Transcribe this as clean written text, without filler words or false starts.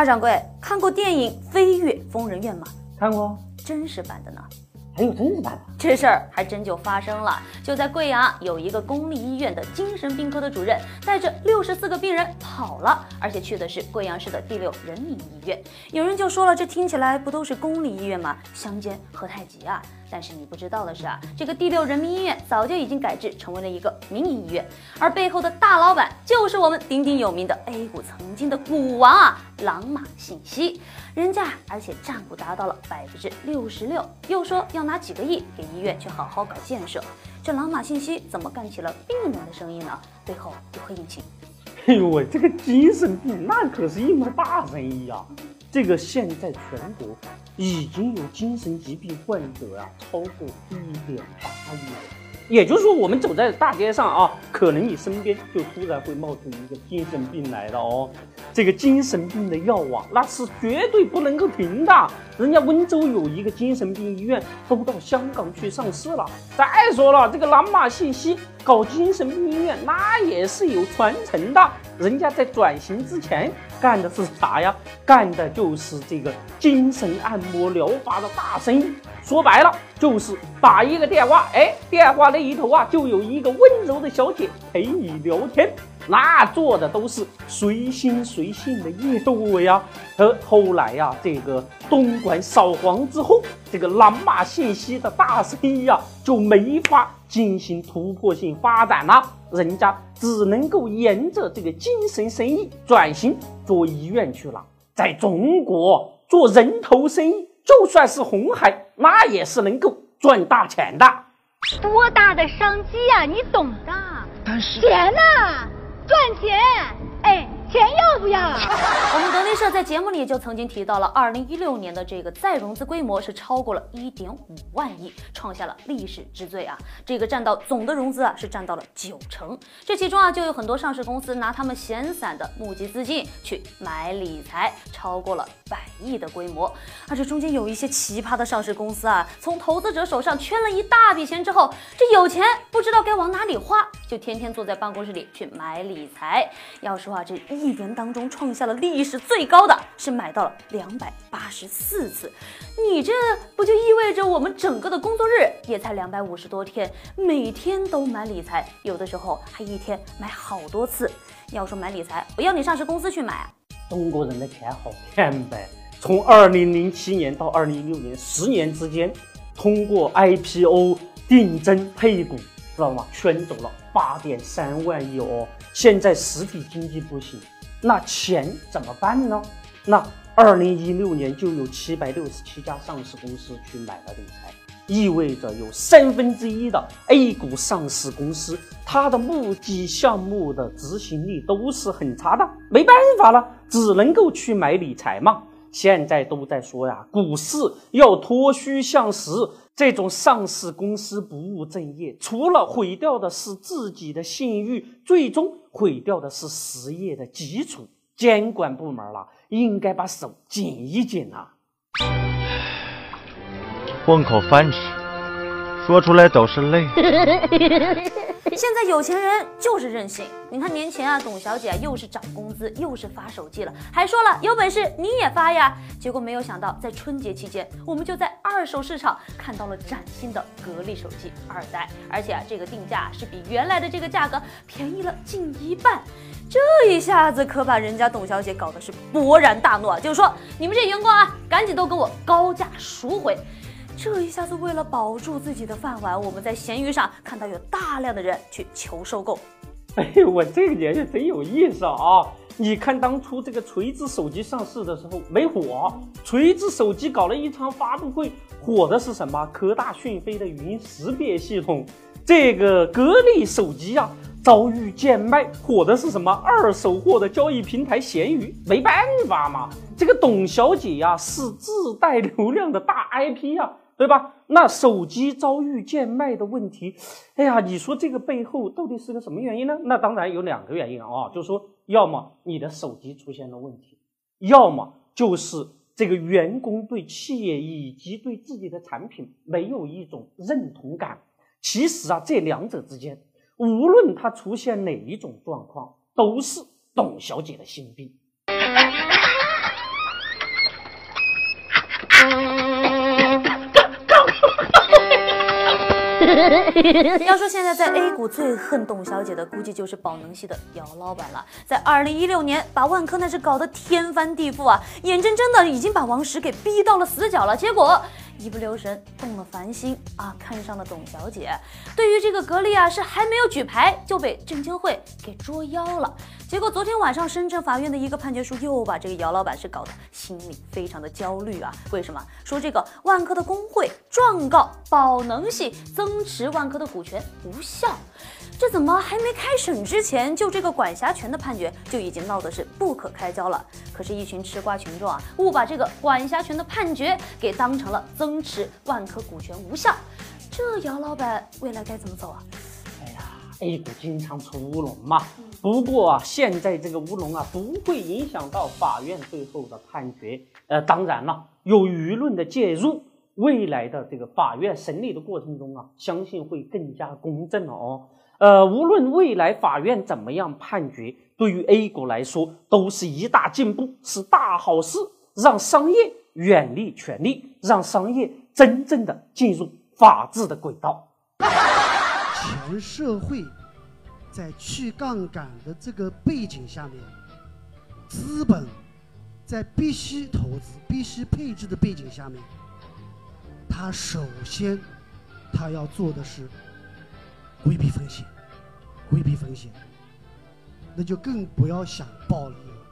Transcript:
二掌柜看过电影《飞跃疯人院》吗？ 看过， 真实版的呢？ 还有真实版的？ 这事儿还真就发生了。就在贵阳有一个公立医院的精神病科的主任，带着64个病人跑了，而且去的是贵阳市的第6人民医院。有人就说了，这听起来不都是公立医院吗？相煎何太急啊！但是你不知道的是啊，这个第6人民医院早就已经改制成为了一个民营医院，而背后的大老板就是我们鼎鼎有名的 A 股曾经的股王啊，朗玛信息。人家而且占股达到了66%，又说要拿几个亿给医院去好好搞建设。这朗玛信息怎么干起了病人的生意呢？背后有何隐情？ 哎呦喂，这个精神病那可是一门大生意啊！这个现在全国已经有精神疾病患者啊超过1.8亿人。也就是说，我们走在大街上啊，可能你身边就突然会冒出一个精神病来的哦。这个精神病的药啊，那是绝对不能够停的。人家温州有一个精神病医院都到香港去上市了。再说了，这个朗玛信息搞精神病医院，那也是有传承的。人家在转型之前干的是啥呀？干的就是这个精神按摩疗法的大生意。说白了，就是打一个电话，电话那一头啊，就有一个温柔的小姐陪你聊天。那做的都是随心随性的业务呀。而后来呀，这个东莞扫黄之后，这个朗玛信息的大生意啊，就没法进行突破性发展了。人家只能够沿着这个精神生意转型做医院去了。在中国做人头生意，就算是红海，那也是能够赚大钱的。 多大的商机啊，你懂的。 但是钱呐，赚钱，钱要不要？ 我们德力社在节目里就曾经提到了2016年的这个再融资规模是超过了1.5万亿，创下了历史之最啊！这个占到总的融资啊是占到了90%。这其中啊就有很多上市公司拿他们闲散的募集资金去买理财，超过了100亿的规模。而这中间有一些奇葩的上市公司啊，从投资者手上圈了一大笔钱之后，这有钱不知道该往哪里花，就天天坐在办公室里去买理财。要说啊，这一年当中创下了历史最高的是买到了284次，你这不就意味着我们整个的工作日也才250多天，每天都买理财，有的时候还一天买好多次。要说买理财，我要你上市公司去买啊！ 中国人的钱好骗呗，从2007年到2016年10年之间，通过 IPO 定增配股，知道吗？圈走了8.3万亿哦。现在实体经济不行，那钱怎么办呢？那2016年就有767家上市公司去买了理财，意味着有1/3的 A 股上市公司，它的募集项目的执行力都是很差的，没办法了，只能够去买理财嘛。现在都在说呀，股市要脱虚向实，这种上市公司不务正业，除了毁掉的是自己的信誉，最终毁掉的是实业的基础。监管部门了，应该把手紧一紧啊。 混口饭吃，说出来都是泪。 现在有钱人就是任性，你看年前啊，董小姐又是涨工资，又是发手机了，还说了有本事你也发呀。结果没有想到，在春节期间，我们就在二手市场看到了崭新的格力手机2代，而且啊，这个定价是比原来的这个价格便宜了近1半。这一下子可把人家董小姐搞得是勃然大怒啊，就是说你们这员工啊，赶紧都给我高价赎回。这一下子为了保住自己的饭碗，我们在闲鱼上看到有大量的人去求收购。 我这个年月真有意思啊！你看当初这个锤子手机上市的时候没火，锤子手机搞了一场发布会，火的是什么？科大讯飞的语音识别系统。这个格力手机啊遭遇贱卖，火的是什么？二手货的交易平台闲鱼。没办法嘛，这个董小姐呀是自带流量的大 IP 啊，对吧？那手机遭遇贱卖的问题，你说这个背后到底是个什么原因呢？那当然有2个原因啊，就是说，要么你的手机出现了问题，要么就是这个员工对企业以及对自己的产品没有一种认同感。其实啊，这2者之间，无论它出现哪一种状况，都是董小姐的心病。 要说现在在 A 股最恨董小姐的，估计就是宝能系的姚老板了。在2016年，把万科那是搞得天翻地覆啊，眼睁睁的已经把王石给逼到了死角了。结果一不留神动了凡心啊，看上了董小姐。对于这个格力啊，是还没有举牌就被证监会给捉妖了。结果昨天晚上深圳法院的一个判决书又把这个姚老板是搞得心里非常的焦虑啊。为什么？说这个万科的工会状告宝能系增持万科的股权无效。这怎么还没开审之前，就这个管辖权的判决就已经闹得是不可开交了？可是，一群吃瓜群众啊，误把这个管辖权的判决给当成了增持万科股权无效。这姚老板未来该怎么走啊？ 哎呀 ，A 股经常出乌龙嘛。不过啊，现在这个乌龙啊，不会影响到法院最后的判决。当然了，有舆论的介入，未来的这个法院审理的过程中啊，相信会更加公正哦。无论未来法院怎么样判决，对于 A 股来说都是一大进步，是大好事，让商业远离权力，让商业真正的进入法治的轨道。 全社会在去杠杆的这个背景下面，资本在必须投资、必须配置的背景下面，他首先他要做的是规避风险，规避风险，那就更不要想暴利了。